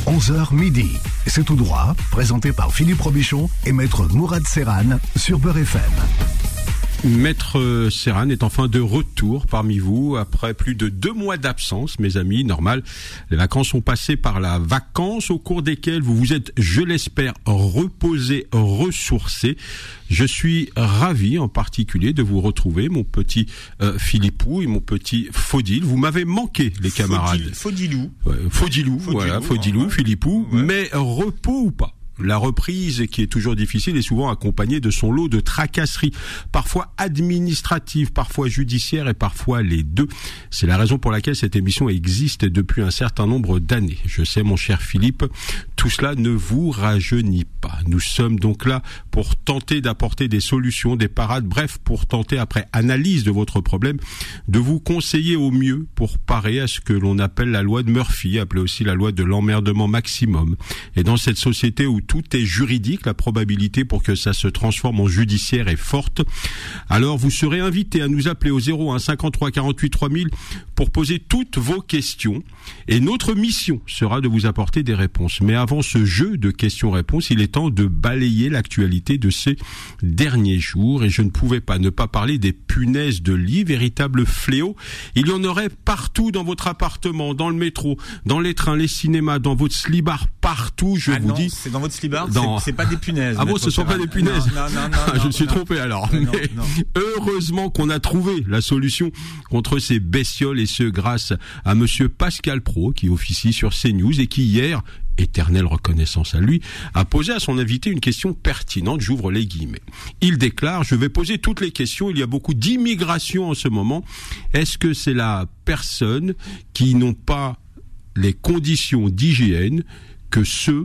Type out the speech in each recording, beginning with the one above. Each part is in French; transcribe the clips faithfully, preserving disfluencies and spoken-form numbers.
onze heures midi. C'est tout droit, présenté par Philippe Robichon et Maître Mourad Serran sur Beurre F M. Maître Serran est enfin de retour parmi vous après plus de deux mois d'absence, mes amis. Normal, les vacances sont passées par la vacance au cours desquelles vous vous êtes, je l'espère, reposé, ressourcé. Je suis ravi en particulier de vous retrouver, mon petit euh, Philippou et mon petit Faudil. Vous m'avez manqué, les camarades. Faudilou. Ouais, Faudilou, voilà, Faudilou, ouais. Philippou. Ouais. Mais repos ou pas? La reprise, qui est toujours difficile, est souvent accompagnée de son lot de tracasseries, parfois administratives, parfois judiciaires et parfois les deux. C'est la raison pour laquelle cette émission existe depuis un certain nombre d'années. Je sais, mon cher Philippe, tout cela ne vous rajeunit pas. Nous sommes donc là pour tenter d'apporter des solutions, des parades, bref, pour tenter, après analyse de votre problème, de vous conseiller au mieux pour parer à ce que l'on appelle la loi de Murphy, appelée aussi la loi de l'emmerdement maximum. Et dans cette société où tout est juridique, la probabilité pour que ça se transforme en judiciaire est forte. Alors vous serez invité à nous appeler au zéro un cinquante-trois quarante-huit trois mille pour poser toutes vos questions. Et notre mission sera de vous apporter des réponses. Mais avant ce jeu de questions-réponses, il est temps de balayer l'actualité de ces derniers jours. Et je ne pouvais pas ne pas parler des punaises de lit, véritable fléau. Il y en aurait partout dans votre appartement, dans le métro, dans les trains, les cinémas, dans votre slibard, partout, je ah vous non, dis. C'est dans votre slibard, dans... c'est, c'est pas des punaises. Ah bon, ce sont pas des punaises. Non, non, non, non, je non, me suis non. trompé alors. Non, Mais non. heureusement qu'on a trouvé la solution contre ces bestioles, et ce grâce à monsieur Pascal Praud, qui officie sur CNews et qui hier, éternelle reconnaissance à lui, a posé à son invité une question pertinente, j'ouvre les guillemets. Il déclare: je vais poser toutes les questions, il y a beaucoup d'immigration en ce moment. Est-ce que c'est la personne qui n'ont pas les conditions d'hygiène que ceux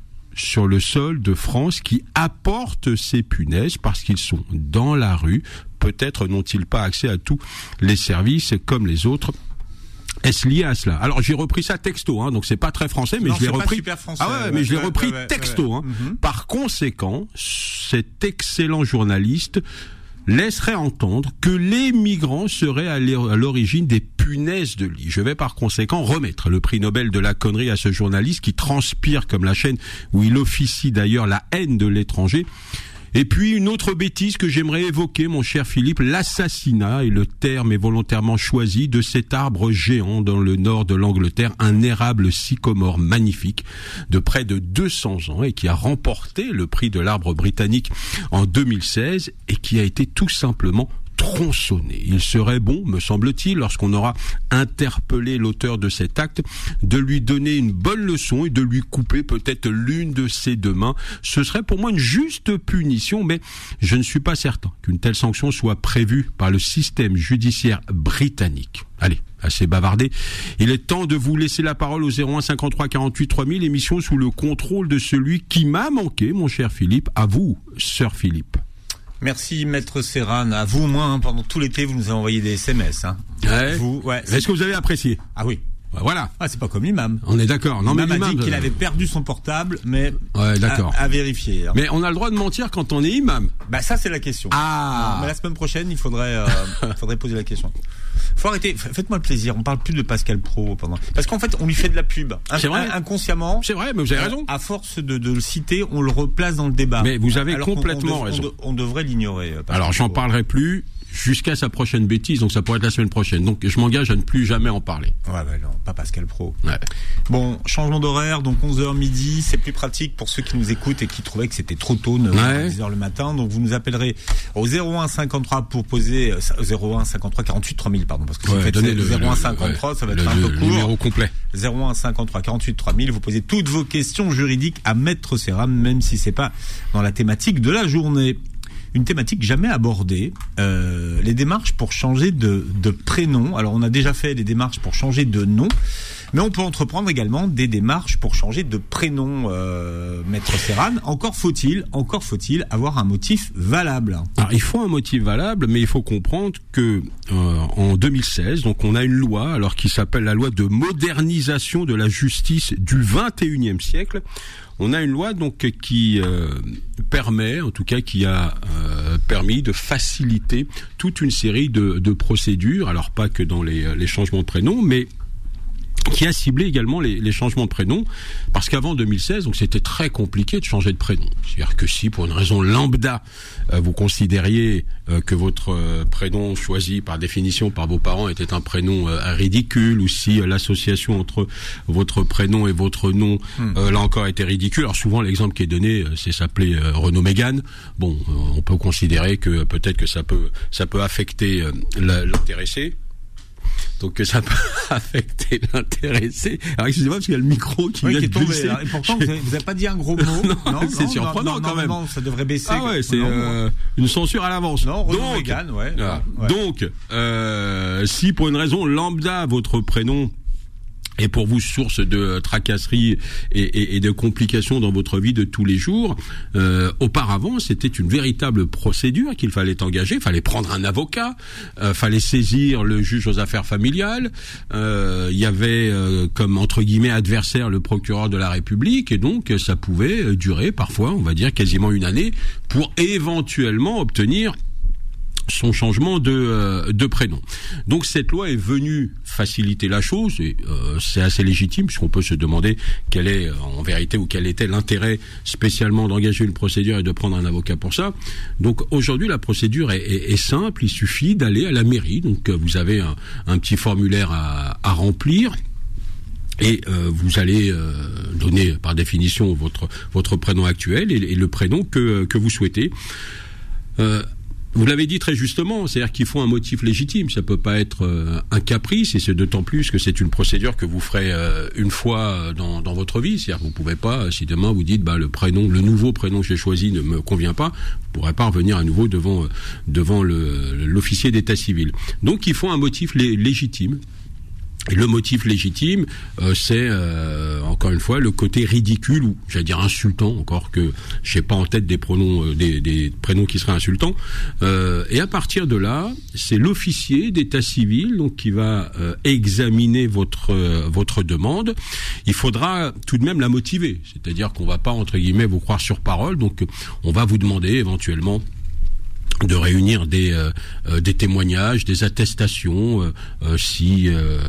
sur le sol de France qui apportent ces punaises parce qu'ils sont dans la rue? Peut-être n'ont-ils pas accès à tous les services comme les autres. Est-ce lié à cela? Alors j'ai repris ça texto, hein, donc c'est pas très français, mais non, je l'ai c'est repris. Pas super français, ah ouais, ouais, mais je l'ai ouais, repris ouais, ouais, texto. ouais. Hein. Mm-hmm. Par conséquent, cet excellent journaliste laisserait entendre que les migrants seraient à l'origine des punaises de lit. Je vais par conséquent remettre le prix Nobel de la connerie à ce journaliste qui transpire comme la chaîne où il officie d'ailleurs la haine de l'étranger. Et puis une autre bêtise que j'aimerais évoquer, mon cher Philippe, l'assassinat, et le terme est volontairement choisi, de cet arbre géant dans le nord de l'Angleterre, un érable sycomore magnifique de près de deux cents ans et qui a remporté le prix de l'arbre britannique en deux mille seize et qui a été tout simplement tronçonné. Il serait bon, me semble-t-il, lorsqu'on aura interpellé l'auteur de cet acte, de lui donner une bonne leçon et de lui couper peut-être l'une de ses deux mains. Ce serait pour moi une juste punition, mais je ne suis pas certain qu'une telle sanction soit prévue par le système judiciaire britannique. Allez, assez bavardé. Il est temps de vous laisser la parole au zéro un cinquante-trois quarante-huit trois mille, émission sous le contrôle de celui qui m'a manqué, mon cher Philippe. À vous, sœur Philippe. Merci Maître Serran, à vous moins, hein, pendant tout l'été vous nous avez envoyé des S M S. Hein. Ouais. Vous, ouais, Est-ce que vous avez apprécié? Ah oui. Voilà. Ah, c'est pas comme l'imam. On est d'accord. Non, l'imam mais l'imam a dit qu'il euh... avait perdu son portable, mais ouais, d'accord. À, à vérifier. Hein. Mais on a le droit de mentir quand on est imam. Bah ça c'est la question. Ah. Non, mais la semaine prochaine, il faudrait, euh, faudrait poser la question. Faut arrêter. Faites-moi le plaisir. On parle plus de Pascal Praud pendant. Parce qu'en fait, on lui fait de la pub. C'est vrai. Inconsciemment. C'est vrai, mais vous avez raison. À force de, de le citer, on le replace dans le débat. Mais vous avez alors complètement on, on dev, raison. On, de, on devrait l'ignorer. Pascal alors j'en Praud. parlerai plus jusqu'à sa prochaine bêtise, donc ça pourrait être la semaine prochaine. Donc je m'engage à ne plus jamais en parler. Ouais, bah non, pas Pascal Praud. Ouais. Bon, changement d'horaire, donc onze heures midi, c'est plus pratique pour ceux qui nous écoutent et qui trouvaient que c'était trop tôt, neuf heures, ouais. dix heures le matin. Donc vous nous appellerez au zéro un cinquante-trois pour poser zéro un cinquante-trois quarante-huit trois mille, pardon, parce que ouais, si vous faites le, zéro un le, cinquante-trois, ouais, ça va être le, un peu le court. Numéro complet. zéro un cinquante-trois quarante-huit trois mille, vous posez toutes vos questions juridiques à Maître Serran, même si c'est pas dans la thématique de la journée. Une thématique jamais abordée, euh, les démarches pour changer de, de prénom. Alors on a déjà fait des démarches pour changer de nom, mais on peut entreprendre également des démarches pour changer de prénom, euh, Maître Serran. Encore faut-il, encore faut-il avoir un motif valable. Alors il faut un motif valable, mais il faut comprendre que euh, en deux mille seize, donc on a une loi, alors qui s'appelle la loi de modernisation de la justice du vingt et unième siècle. On a une loi donc qui euh, permet, en tout cas qui a euh, permis de faciliter toute une série de, de procédures, alors pas que dans les, les changements de prénom, mais qui a ciblé également les, les changements de prénom, parce qu'avant deux mille seize, donc c'était très compliqué de changer de prénom. C'est-à-dire que si, pour une raison lambda, euh, vous considériez euh, que votre euh, prénom choisi par définition par vos parents était un prénom euh, ridicule, ou si euh, l'association entre votre prénom et votre nom, hmm. euh, là encore, était ridicule. Alors souvent, l'exemple qui est donné, euh, c'est s'appeler euh, Renaud Mégane. Bon, euh, on peut considérer que euh, peut-être que ça peut, ça peut affecter euh, l'intéressé. Donc ça peut affecter l'intéressé. Alors excusez-moi parce qu'il y a le micro qui oui, vient qui est de tombé. glisser. Alors, et pourtant vous n'avez pas dit un gros mot. non, non c'est non, surprenant non, quand non, même. Non, ça devrait baisser. Ah ouais, c'est euh, une censure à l'avance. Non, Renaud donc, Mégane, ouais, voilà. ouais. Donc, euh, si pour une raison lambda votre prénom et pour vous source de tracasseries et, et, et de complications dans votre vie de tous les jours, euh, auparavant c'était une véritable procédure qu'il fallait engager, il fallait prendre un avocat, euh, fallait saisir le juge aux affaires familiales, euh, il y avait euh, comme entre guillemets adversaire le procureur de la République, et donc ça pouvait durer parfois, on va dire quasiment une année, pour éventuellement obtenir son changement de, euh, de prénom. Donc cette loi est venue faciliter la chose, et euh, c'est assez légitime, puisqu'on peut se demander quel est en vérité ou quel était l'intérêt spécialement d'engager une procédure et de prendre un avocat pour ça. Donc aujourd'hui la procédure est, est, est simple, il suffit d'aller à la mairie, donc vous avez un, un petit formulaire à, à remplir. Et euh, vous allez euh, donner par définition votre votre prénom actuel et, et le prénom que que vous souhaitez. Euh, Vous l'avez dit très justement, c'est-à-dire qu'il faut un motif légitime. Ça peut pas être euh, un caprice, et c'est d'autant plus que c'est une procédure que vous ferez euh, une fois dans, dans votre vie. C'est-à-dire que vous pouvez pas, si demain vous dites bah le prénom, le nouveau prénom que j'ai choisi ne me convient pas, vous pourrez pas revenir à nouveau devant euh, devant le, l'officier d'état civil. Donc il faut un motif lé- légitime. Et le motif légitime, euh, c'est euh, encore une fois le côté ridicule, ou j'allais dire insultant, encore que j'ai pas en tête des pronoms, euh, des, des prénoms qui seraient insultants. Euh, et à partir de là, c'est l'officier d'état civil donc qui va euh, examiner votre euh, votre demande. Il faudra tout de même la motiver, c'est-à-dire qu'on va pas entre guillemets vous croire sur parole. Donc on va vous demander éventuellement de réunir des euh, euh, des témoignages, des attestations, euh, euh, si euh,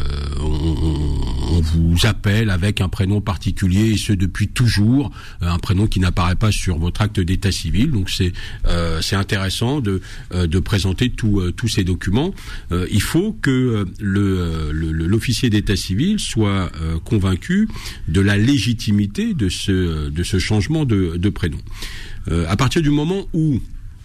on, on vous appelle avec un prénom particulier, et ce depuis toujours, euh, un prénom qui n'apparaît pas sur votre acte d'état civil. Donc c'est euh, c'est intéressant de euh, de présenter tout, euh, tous ces documents. Euh, il faut que euh, le, le l'officier d'état civil soit euh, convaincu de la légitimité de ce de ce changement de de prénom. Euh, à partir du moment où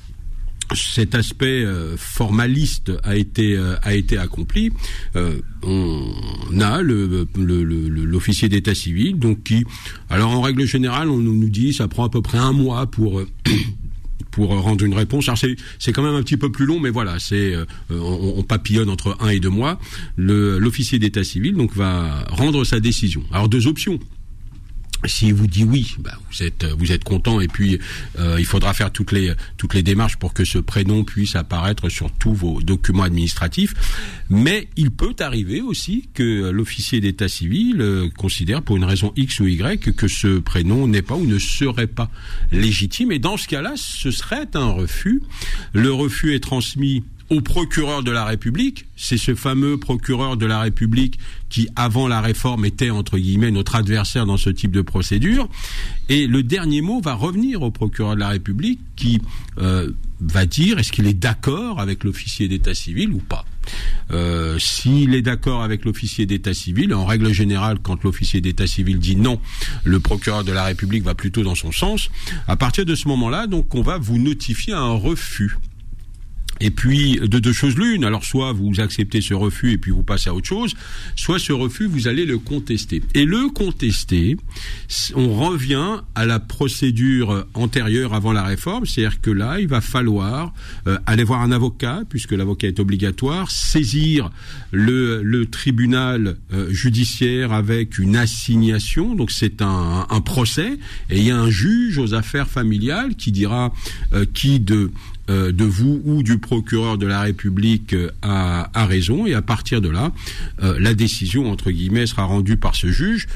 cet aspect euh, formaliste a été euh, a été accompli, euh, on a le, le, le l'officier d'état civil donc qui, alors en règle générale on nous dit ça prend à peu près un mois pour euh, pour rendre une réponse. Alors c'est c'est quand même un petit peu plus long, mais voilà, c'est euh, on, on papillonne entre un et deux mois. Le l'officier d'état civil donc va rendre sa décision. Alors deux options. S'il vous dit oui, bah vous êtes vous êtes content, et puis euh, il faudra faire toutes les toutes les démarches pour que ce prénom puisse apparaître sur tous vos documents administratifs. Mais il peut arriver aussi que l'officier d'état civil euh, considère pour une raison X ou Y que, que ce prénom n'est pas ou ne serait pas légitime, et dans ce cas-là, ce serait un refus. Le refus est transmis au procureur de la République. C'est ce fameux procureur de la République qui, avant la réforme, était, entre guillemets, notre adversaire dans ce type de procédure. Et le dernier mot va revenir au procureur de la République qui euh, va dire est-ce qu'il est d'accord avec l'officier d'état civil ou pas. Euh, s'il est d'accord avec l'officier d'état civil, en règle générale, quand l'officier d'état civil dit non, le procureur de la République va plutôt dans son sens. À partir de ce moment-là, donc, on va vous notifier un refus. Et puis, de deux choses l'une, alors soit vous acceptez ce refus et puis vous passez à autre chose, soit ce refus, vous allez le contester. Et le contester, on revient à la procédure antérieure avant la réforme, c'est-à-dire que là, il va falloir euh, aller voir un avocat, puisque l'avocat est obligatoire, saisir le, le tribunal euh, judiciaire avec une assignation, donc c'est un, un procès, et il y a un juge aux affaires familiales qui dira euh, qui de... Euh, de vous ou du procureur de la République euh, a, a raison, et à partir de là, euh, la décision entre guillemets sera rendue par ce juge.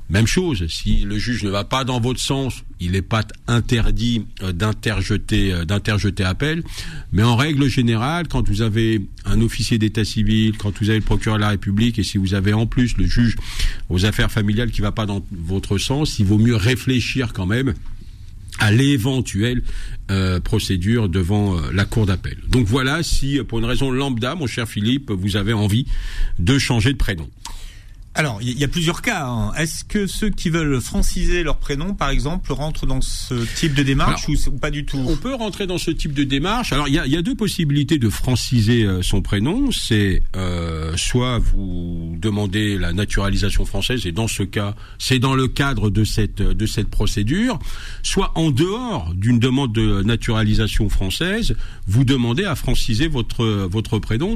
Même chose, si le juge ne va pas dans votre sens, il n'est pas interdit d'interjeter, d'interjeter appel. Mais en règle générale, quand vous avez un officier d'état civil, quand vous avez le procureur de la République, et si vous avez en plus le juge aux affaires familiales qui ne va pas dans votre sens, il vaut mieux réfléchir quand même à l'éventuelle euh, procédure devant euh, la cour d'appel. Donc voilà, si pour une raison lambda, mon cher Philippe, vous avez envie de changer de prénom. Alors, il y a plusieurs cas. Hein. Est-ce que ceux qui veulent franciser leur prénom, par exemple, rentrent dans ce type de démarche Alors, ou, ou pas du tout? On peut rentrer dans ce type de démarche. Alors, il y a, il y a deux possibilités de franciser euh, son prénom. C'est euh, soit vous demandez la naturalisation française, et dans ce cas, c'est dans le cadre de cette de cette procédure. Soit en dehors d'une demande de naturalisation française, vous demandez à franciser votre votre prénom.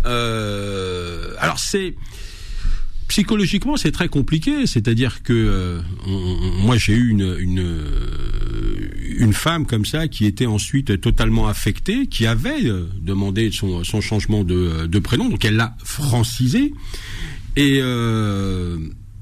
Euh, alors, c'est psychologiquement, c'est très compliqué. C'est-à-dire que euh, on, moi, j'ai eu une, une une femme comme ça qui était ensuite totalement affectée, qui avait euh, demandé son, son changement de, de prénom, donc elle l'a francisé. Et euh,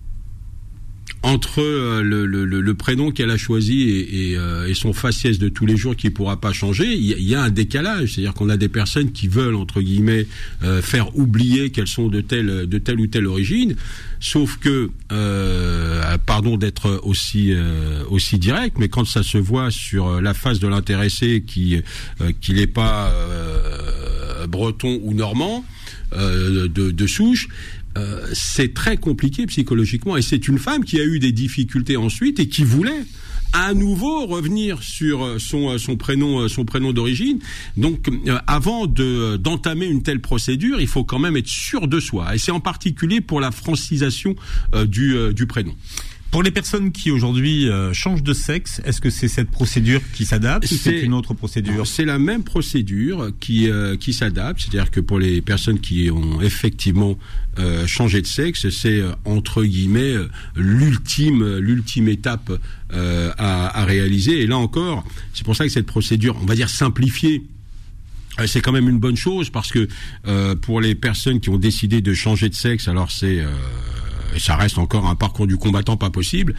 entre le, le, le prénom qu'elle a choisi et, et, euh, et son faciès de tous les jours qui ne pourra pas changer, il y, y a un décalage. C'est-à-dire qu'on a des personnes qui veulent, entre guillemets, euh, faire oublier qu'elles sont de telle, de telle ou telle origine, sauf que, euh, pardon d'être aussi, euh, aussi direct, mais quand ça se voit sur la face de l'intéressé qui, euh, qui n'est pas euh, breton ou normand, euh, de, de souche, Euh, c'est très compliqué psychologiquement, et c'est une femme qui a eu des difficultés ensuite et qui voulait à nouveau revenir sur son son prénom son prénom d'origine. Donc euh, avant de d'entamer une telle procédure, il faut quand même être sûr de soi, et c'est en particulier pour la francisation euh, du euh, du prénom. Pour les personnes qui aujourd'hui euh, changent de sexe, est-ce que c'est cette procédure qui s'adapte ou c'est une autre procédure? C'est la même procédure qui euh, qui s'adapte, c'est-à-dire que pour les personnes qui ont effectivement euh, changé de sexe, c'est euh, entre guillemets euh, l'ultime l'ultime étape euh, à, à réaliser. Et là encore, c'est pour ça que cette procédure, on va dire simplifiée, c'est quand même une bonne chose, parce que euh, pour les personnes qui ont décidé de changer de sexe, alors c'est euh, et ça reste encore un parcours du combattant pas possible.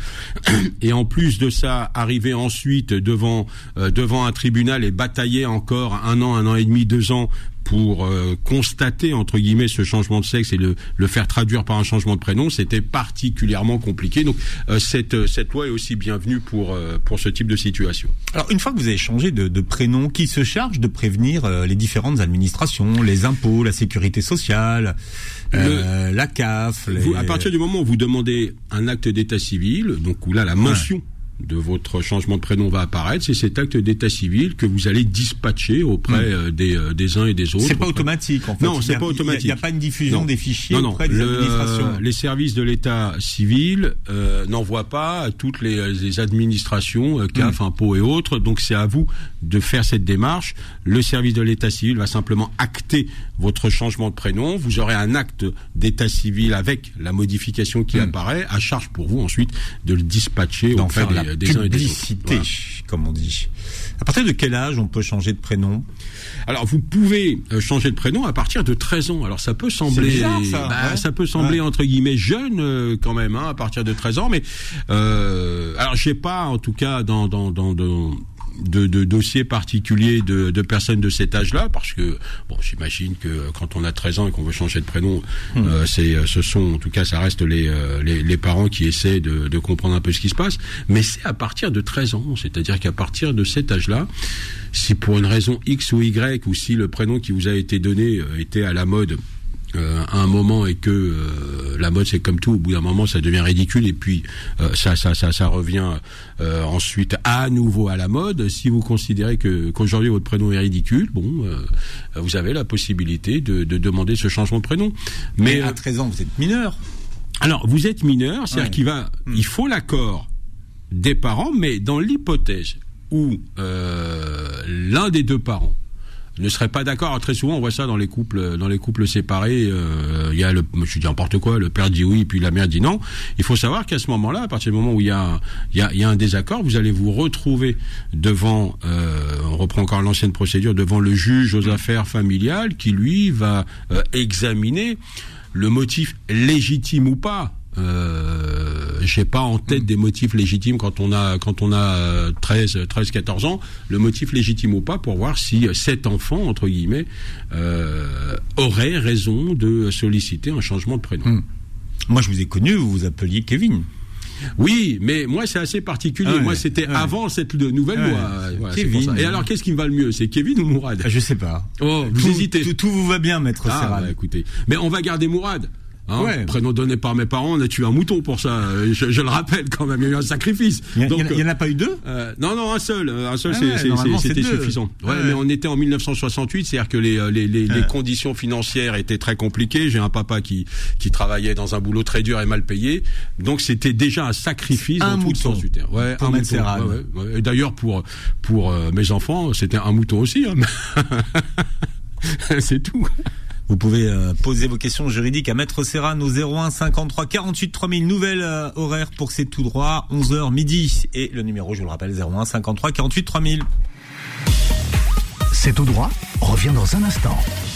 Et en plus de ça, arriver ensuite devant euh, devant un tribunal et batailler encore un an, un an et demi, deux ans pour euh, constater, entre guillemets, ce changement de sexe et le, le faire traduire par un changement de prénom, c'était particulièrement compliqué. Donc euh, cette, cette loi est aussi bienvenue pour, euh, pour ce type de situation. Alors, une fois que vous avez changé de, de prénom, qui se charge de prévenir euh, les différentes administrations, les impôts, la sécurité sociale, euh, le, la C A F les... vous, à partir du moment où vous demandez un acte d'état civil, donc où là, la mention... Ouais. de votre changement de prénom va apparaître, c'est cet acte d'état civil que vous allez dispatcher auprès mmh. des, des uns et des autres. C'est pas automatique, en fait. Non, c'est a, pas automatique. Il n'y a, a pas une diffusion non. des fichiers non, non. auprès des Le, administrations. Les services de l'état civil euh, n'envoient pas à toutes les, les administrations, euh, C A F, mmh. impôts et autres, donc c'est à vous de faire cette démarche. Le service de l'état civil va simplement acter votre changement de prénom. Vous aurez un acte d'état civil avec la modification qui mmh. apparaît, à charge pour vous ensuite de le dispatcher D'en auprès des, des uns et des autres. Voilà. Comme on dit. À partir de quel âge on peut changer de prénom? Alors, vous pouvez changer de prénom à partir de treize ans. Alors, ça peut sembler, bizarre, ça, bah, hein ça peut sembler ouais. entre guillemets jeune euh, quand même, hein, à partir de treize ans. Mais euh, alors, j'ai pas, en tout cas, dans dans dans, dans de, de dossiers particuliers de, de personnes de cet âge-là, parce que bon, j'imagine que quand on a treize ans et qu'on veut changer de prénom, mmh. euh, c'est, ce sont, en tout cas, ça reste les, les, les parents qui essaient de, de comprendre un peu ce qui se passe. Mais c'est à partir de treize ans, c'est-à-dire qu'à partir de cet âge-là, si pour une raison X ou Y, ou si le prénom qui vous a été donné euh, était à la mode Euh, à un moment, et que euh, la mode c'est comme tout, au bout d'un moment ça devient ridicule, et puis euh, ça ça ça ça revient euh, ensuite à nouveau à la mode. Si vous considérez que qu'aujourd'hui votre prénom est ridicule, bon, euh, vous avez la possibilité de, de demander ce changement de prénom. Mais, Mais à treize ans vous êtes mineur. Alors vous êtes mineur, c'est-à-dire ouais. qu'il va, mmh. il faut l'accord des parents, mais dans l'hypothèse où euh, l'un des deux parents ne serait pas d'accord. Alors, très souvent, on voit ça dans les couples, dans les couples séparés. Il euh, y a le, je dis n'importe quoi, le père dit oui, puis la mère dit non. Il faut savoir qu'à ce moment-là, à partir du moment où il y a, il y a, il y a un désaccord, vous allez vous retrouver devant, euh, on reprend encore l'ancienne procédure, devant le juge aux affaires familiales, qui lui va euh, examiner le motif légitime ou pas Euh, j'ai pas en tête mmh. des motifs légitimes quand on a quand on a treize, quatorze ans, le motif légitime ou pas pour voir si cet enfant entre guillemets euh, aurait raison de solliciter un changement de prénom. Mmh. Moi, je vous ai connu, vous vous appeliez Kevin. Oui, mais moi c'est assez particulier. Ah ouais, moi c'était ouais. avant cette nouvelle ouais. loi. Voilà, Kevin. Et alors qu'est-ce qui me va le mieux, c'est Kevin ou Mourad? Je sais pas. Oh, vous tout, hésitez. Tout, tout vous va bien, maître ah, Serran. Bah, écoutez, mais on va garder Mourad. Hein, ouais. Prénom donné par mes parents, on a tué un mouton pour ça. Je, je le rappelle quand même, il y a eu un sacrifice. Il n'y en a pas eu deux euh, Non, non, un seul. Un seul, ah c'est, ouais, c'est, c'était suffisant. Ouais, ouais, mais on était en mille neuf cent soixante-huit, c'est-à-dire que les, les, les, ouais. les conditions financières étaient très compliquées. J'ai un papa qui, qui travaillait dans un boulot très dur et mal payé. Donc c'était déjà un sacrifice un dans tout le sens du terme. Ouais, un mouton. Ouais, ouais, ouais. Et d'ailleurs, pour, pour euh, mes enfants, c'était un mouton aussi. Hein. C'est tout. Vous pouvez euh, poser vos questions juridiques à Maître Serran au zéro un cinquante-trois quarante-huit trois mille. Nouvelle euh, horaire pour C'est tout droit, onze heures midi. Et le numéro, je vous le rappelle, zéro un cinquante-trois quarante-huit trois mille. C'est tout droit revient dans un instant.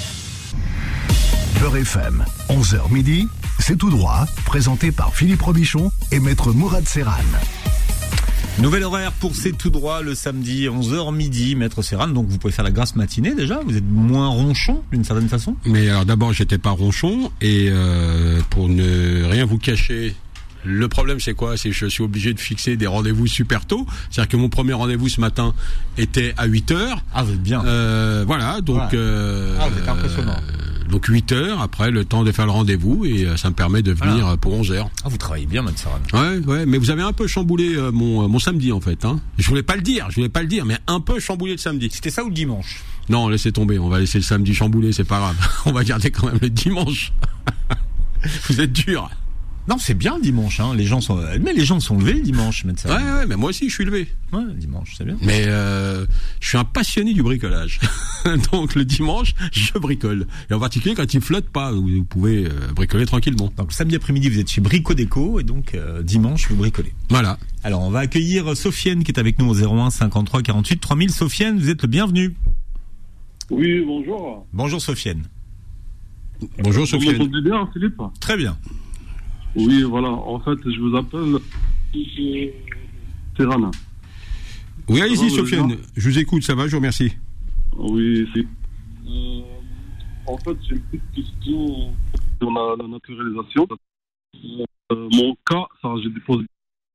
Beurre F M, onze heures midi. C'est tout droit, présenté par Philippe Robichon et Maître Mourad Serran. Nouvel horaire pour C'est tout droit le samedi onze heures midi, Maître Serran. Donc vous pouvez faire la grasse matinée déjà. Vous êtes moins ronchon d'une certaine façon. Mais alors d'abord j'étais pas ronchon et euh, pour ne rien vous cacher. Le problème c'est quoi? C'est que je suis obligé de fixer des rendez-vous super tôt. C'est-à-dire que mon premier rendez-vous ce matin était à huit heures. Ah vous êtes bien. Euh, voilà donc. Ouais. Euh, ah vous êtes impressionnant. Euh, Donc huit heures, après le temps de faire le rendez-vous, et ça me permet de venir voilà. pour onze heures. Ah, vous travaillez bien, Maître Serran. Ouais, ouais, mais vous avez un peu chamboulé euh, mon, mon samedi, en fait. Hein. Je voulais pas le dire, je voulais pas le dire, mais un peu chamboulé le samedi. C'était ça ou le dimanche? Non, laissez tomber, on va laisser le samedi chambouler, c'est pas grave. On va garder quand même le dimanche. Vous êtes dur. Non, c'est bien le dimanche, hein. Les gens sont, mais les gens sont levés le dimanche, Maître Serran. Ouais, ouais, mais moi aussi je suis levé. Ouais, le dimanche, c'est bien. Mais euh, je suis un passionné du bricolage. Donc le dimanche, je bricole. Et en particulier quand il flotte pas, vous, vous pouvez euh, bricoler tranquillement. Donc le samedi après-midi, vous êtes chez Brico Déco et donc euh, dimanche, vous bricolez. Voilà. Alors on va accueillir Sofiane qui est avec nous au zéro un cinquante-trois quarante-huit trois mille. Sofiane, vous êtes le bienvenu. Oui, bonjour. Bonjour Sofiane. Bonjour Sofiane. Vous m'entendez bien, Philippe? Très bien. Oui, voilà. En fait, je vous appelle Serran. Oui, allez-y, Sofiane. Je vous écoute, ça va, je vous remercie. Oui, c'est. Euh, en fait, j'ai une petite question sur la, la naturalisation. Euh, mon cas, ça, j'ai déposé.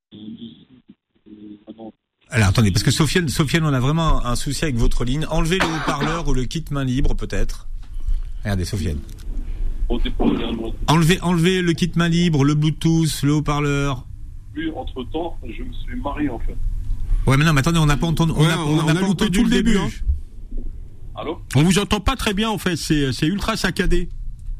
Alors, attendez, parce que Sofiane, Sofiane, on a vraiment un souci avec votre ligne. Enlevez le haut-parleur ou le kit main libre, peut-être. Regardez, Sofiane. Enlevez, enlevez le kit main libre, le Bluetooth, le haut-parleur. Oui, entre-temps, je me suis marié, en fait. Ouais, mais non, mais attendez, on n'a pas entendu, on ouais, a, on, on on a a pas loupé entendu tout le début. début. Hein. Allô? On vous entend pas très bien, en fait. C'est, c'est ultra saccadé.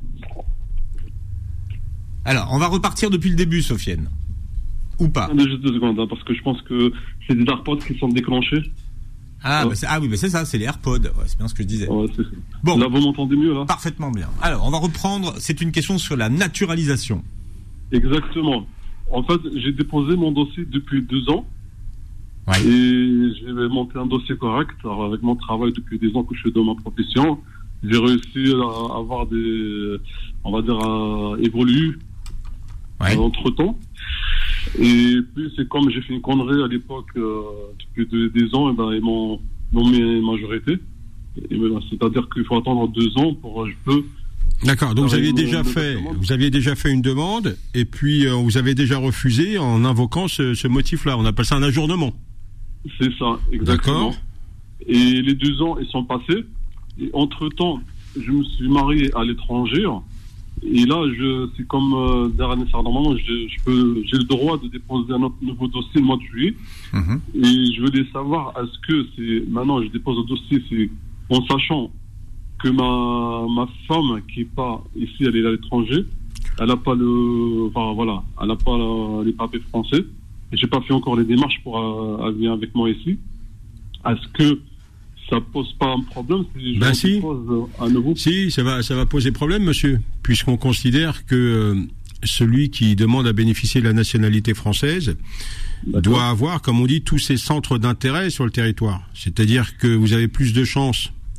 Alors, on va repartir depuis le début, Sofiane. Ou pas? Attendez juste deux secondes, hein, parce que je pense que c'est des AirPods qui sont déclenchés. Ah, ouais. bah c'est, ah oui, bah c'est ça, c'est les AirPods. Ouais, c'est bien ce que je disais. Ouais, c'est ça. Bon. Là, vous m'entendez mieux, là? Parfaitement bien. Alors, on va reprendre. C'est une question sur la naturalisation. Exactement. En fait, j'ai déposé mon dossier depuis deux ans. Ouais. Et j'ai monté un dossier correct. Alors, avec mon travail depuis des ans que je suis dans ma profession, j'ai réussi à avoir des, on va dire, à évoluer ouais. entre temps. Et puis, c'est comme j'ai fait une connerie à l'époque, euh, depuis deux, des ans, et ben, ils m'ont nommé majorité. Et ben, c'est-à-dire qu'il faut attendre deux ans pour je peux. D'accord. Donc vous aviez déjà fait, vous aviez déjà fait une demande, et puis euh, vous avez déjà refusé en invoquant ce, ce motif-là. On appelle ça un ajournement. C'est ça, exactement. D'accord. Et les deux ans, ils sont passés. Et entre-temps, je me suis marié à l'étranger. Et là, je, c'est comme euh, dernier normalement, je, je peux, j'ai le droit de déposer un autre nouveau dossier le mois de juillet. Mmh. Et je voulais savoir, est-ce que c'est maintenant, je dépose un dossier, c'est en sachant que ma ma femme qui est pas ici, elle est à l'étranger, elle a pas le, enfin voilà, elle a pas la, les papiers français. Et j'ai pas fait encore les démarches pour euh, venir avec moi ici. Est-ce que ça pose pas un problème si je ben si. dépose à nouveau? Si, ça va, ça va poser problème, monsieur, puisqu'on considère que euh, celui qui demande à bénéficier de la nationalité française D'accord. doit avoir, comme on dit, tous ses centres d'intérêt sur le territoire. C'est-à-dire que vous avez plus de chances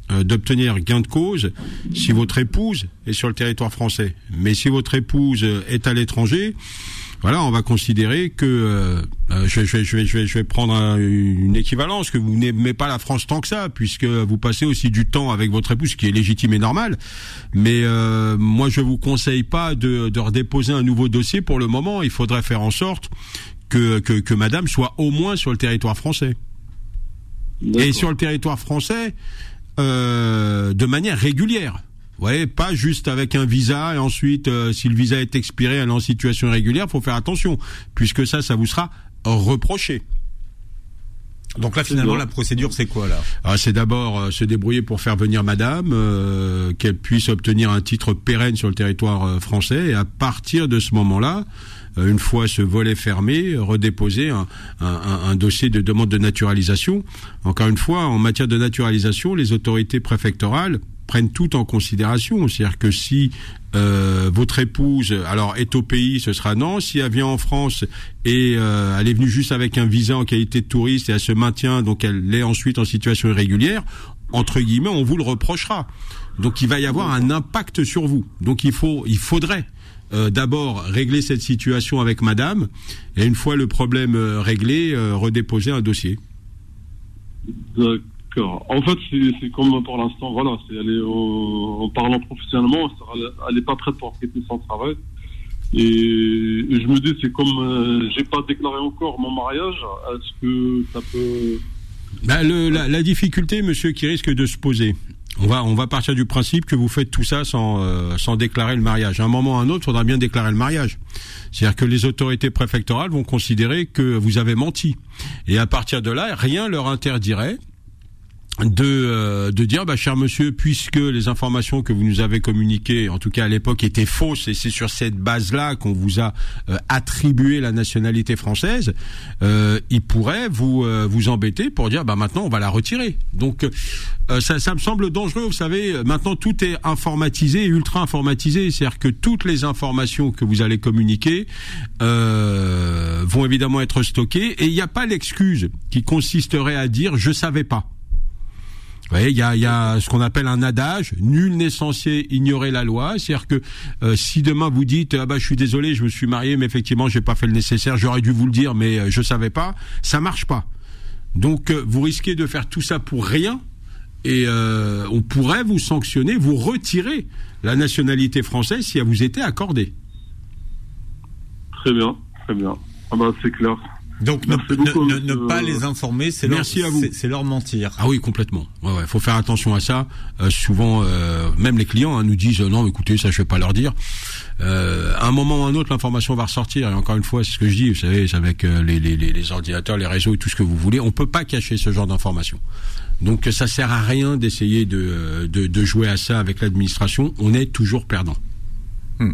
euh, d'obtenir gain de cause si votre épouse est sur le territoire français. Mais si votre épouse est à l'étranger, voilà, on va considérer que euh, je, je, je, vais, je, vais, je vais prendre un, une équivalence, que vous n'aimez pas la France tant que ça, puisque vous passez aussi du temps avec votre épouse, ce qui est légitime et normal. Mais euh, moi, je vous conseille pas de, de redéposer un nouveau dossier pour le moment. Il faudrait faire en sorte que, que, que Madame soit au moins sur le territoire français. D'accord. Et sur le territoire français, euh, de manière régulière. Ouais, pas juste avec un visa et ensuite, euh, si le visa est expiré, elle est en situation irrégulière, faut faire attention, puisque ça, ça vous sera reproché. Donc là, finalement, la procédure, c'est quoi, là? Ah, c'est d'abord euh, se débrouiller pour faire venir Madame, euh, qu'elle puisse obtenir un titre pérenne sur le territoire euh, français, et à partir de ce moment-là, euh, une fois ce volet fermé, redéposer un, un, un, un dossier de demande de naturalisation. Encore une fois, en matière de naturalisation, les autorités préfectorales prennent tout en considération. C'est-à-dire que si euh, votre épouse alors est au pays, ce sera non. Si elle vient en France et euh, elle est venue juste avec un visa en qualité de touriste et elle se maintient, donc elle est ensuite en situation irrégulière, entre guillemets, on vous le reprochera. Donc il va y avoir un impact sur vous. Donc il faut, il faudrait euh, d'abord régler cette situation avec Madame, et une fois le problème euh, réglé, euh, redéposer un dossier. D'accord. En fait, c'est, c'est comme pour l'instant, voilà, c'est elle est au, en parlant professionnellement, elle n'est pas prête pour quitter son travail. Et, et je me dis, c'est comme euh, j'ai pas déclaré encore mon mariage, est-ce que ça peut... Bah, le, la, la difficulté, monsieur, qui risque de se poser, on va, on va partir du principe que vous faites tout ça sans, euh, sans déclarer le mariage. À un moment ou à un autre, il faudra bien déclarer le mariage. C'est-à-dire que les autorités préfectorales vont considérer que vous avez menti. Et à partir de là, rien leur interdirait de euh, de dire, bah, cher monsieur, puisque les informations que vous nous avez communiquées, en tout cas à l'époque, étaient fausses, et c'est sur cette base-là qu'on vous a euh, attribué la nationalité française, euh, il pourrait vous euh, vous embêter pour dire, bah maintenant on va la retirer. Donc euh, ça, ça me semble dangereux. Vous savez, maintenant tout est informatisé, ultra informatisé, c'est-à-dire que toutes les informations que vous allez communiquer euh, vont évidemment être stockées, et il n'y a pas l'excuse qui consisterait à dire je savais pas. Vous voyez, il y a, il y a ce qu'on appelle un adage, nul n'est censé ignorer la loi. C'est-à-dire que euh, si demain vous dites ah bah je suis désolé, je me suis marié, mais effectivement j'ai pas fait le nécessaire, j'aurais dû vous le dire, mais euh, je savais pas, ça marche pas. Donc euh, vous risquez de faire tout ça pour rien, et euh, on pourrait vous sanctionner, vous retirer la nationalité française si elle vous était accordée. Très bien, très bien. Ah bah c'est clair. Donc ne, beaucoup, ne, ne, ne pas les informer, c'est leur, c'est, c'est leur mentir. Ah oui, complètement. Ouais, ouais, faut faire attention à ça. Euh, souvent, euh, même les clients hein, nous disent euh, non, écoutez, ça je vais pas leur dire. Euh, à un moment ou à un autre, l'information va ressortir. Et encore une fois, c'est ce que je dis. Vous savez, c'est avec euh, les, les, les ordinateurs, les réseaux et tout ce que vous voulez, on peut pas cacher ce genre d'informations. Donc ça sert à rien d'essayer de, de, de jouer à ça avec l'administration. On est toujours perdant. Hmm.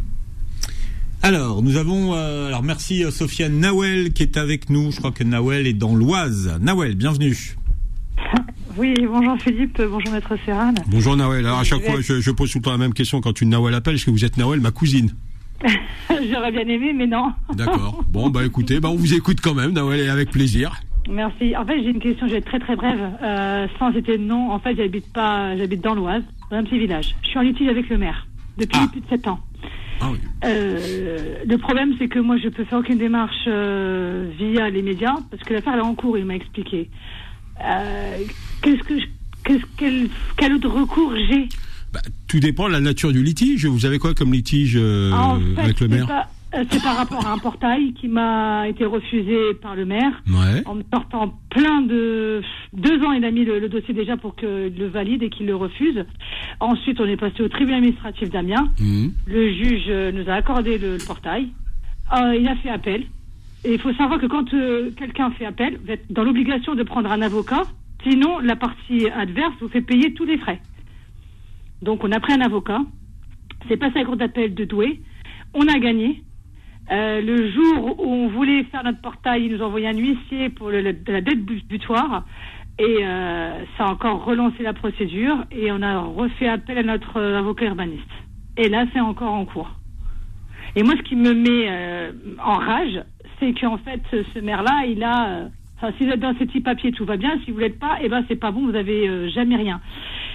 Alors, nous avons... Euh, alors, merci euh, Sofiane Nawel qui est avec nous. Je crois que Nawel est dans l'Oise. Nawel, bienvenue. Oui, bonjour Philippe, bonjour Maître Serran. Bonjour Nawel. Alors, à chaque fois, je, je pose tout le temps la même question quand une Nawel appelle. Est-ce que vous êtes Nawel, ma cousine? J'aurais bien aimé, mais non. D'accord. Bon, bah écoutez, bah, on vous écoute quand même, Nawel, et avec plaisir. Merci. En fait, j'ai une question, je vais être très très brève. Euh, sans été de nom, en fait, j'habite pas, j'habite dans l'Oise, dans un petit village. Je suis en litige avec le maire depuis ah. plus de sept ans. Ah oui. Euh, le problème, c'est que moi, je peux faire aucune démarche euh, via les médias parce que l'affaire elle est en cours. Il m'a expliqué. Euh, qu'est-ce que, je, qu'est-ce quel, quel autre recours j'ai? Bah, tout dépend de la nature du litige. Vous avez quoi comme litige euh, en fait, avec le maire? Pas, c'est par rapport à un portail qui m'a été refusé par le maire, ouais. en me sortant plein de... Deux ans, il a mis le, le dossier déjà pour que le valide et qu'il le refuse. Ensuite, on est passé au tribunal administratif d'Amiens. Mmh. Le juge nous a accordé le, le portail. Euh, il a fait appel. Et il faut savoir que quand euh, quelqu'un fait appel, vous êtes dans l'obligation de prendre un avocat. Sinon, la partie adverse vous fait payer tous les frais. Donc, on a pris un avocat. C'est passé à la cour d'appel de Douai. On a gagné. Euh, le jour où on voulait faire notre portail, ils nous ont envoyé un huissier pour le, le, la dette butoir et euh, ça a encore relancé la procédure et on a refait appel à notre euh, avocat urbaniste. Et là, c'est encore en cours. Et moi, ce qui me met euh, en rage, c'est qu'en fait, ce, ce maire-là, il a... Enfin, euh, si vous êtes dans ces petits papiers, tout va bien. Si vous l'êtes pas, eh ben, c'est pas bon, vous avez euh, jamais rien.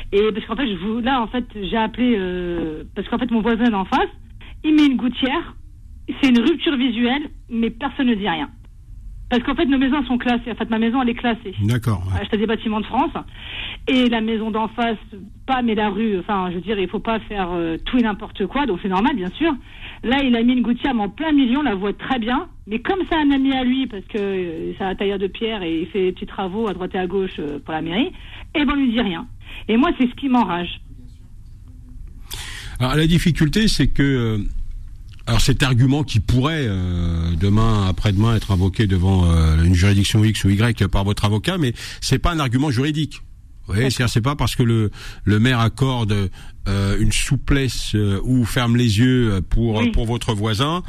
Et parce qu'en fait, je vous, là, en fait, j'ai appelé euh, parce qu'en fait, mon voisin d'en face, il met une gouttière. C'est une rupture visuelle, mais personne ne dit rien. Parce qu'en fait, nos maisons sont classées. En fait, ma maison, elle est classée. D'accord. Ouais. Acheter des bâtiments de France. Et la maison d'en face, pas, mais la rue, enfin, je veux dire, il faut pas faire euh, tout et n'importe quoi, donc c'est normal, bien sûr. Là, il a mis une gouttière, mais en plein milieu, on la voit très bien. Mais comme c'est un ami à lui, parce que euh, c'est un tailleur de pierre et il fait des petits travaux à droite et à gauche euh, pour la mairie, eh ben, on lui dit rien. Et moi, c'est ce qui m'enrage. Alors, la difficulté, c'est que... Euh... Alors cet argument qui pourrait euh, demain, après-demain, être invoqué devant euh, une juridiction X ou Y par votre avocat, mais c'est pas un argument juridique. Vous voyez, c'est-à-dire c'est pas parce que le le maire accorde euh, une souplesse euh, ou ferme les yeux pour oui. pour votre voisin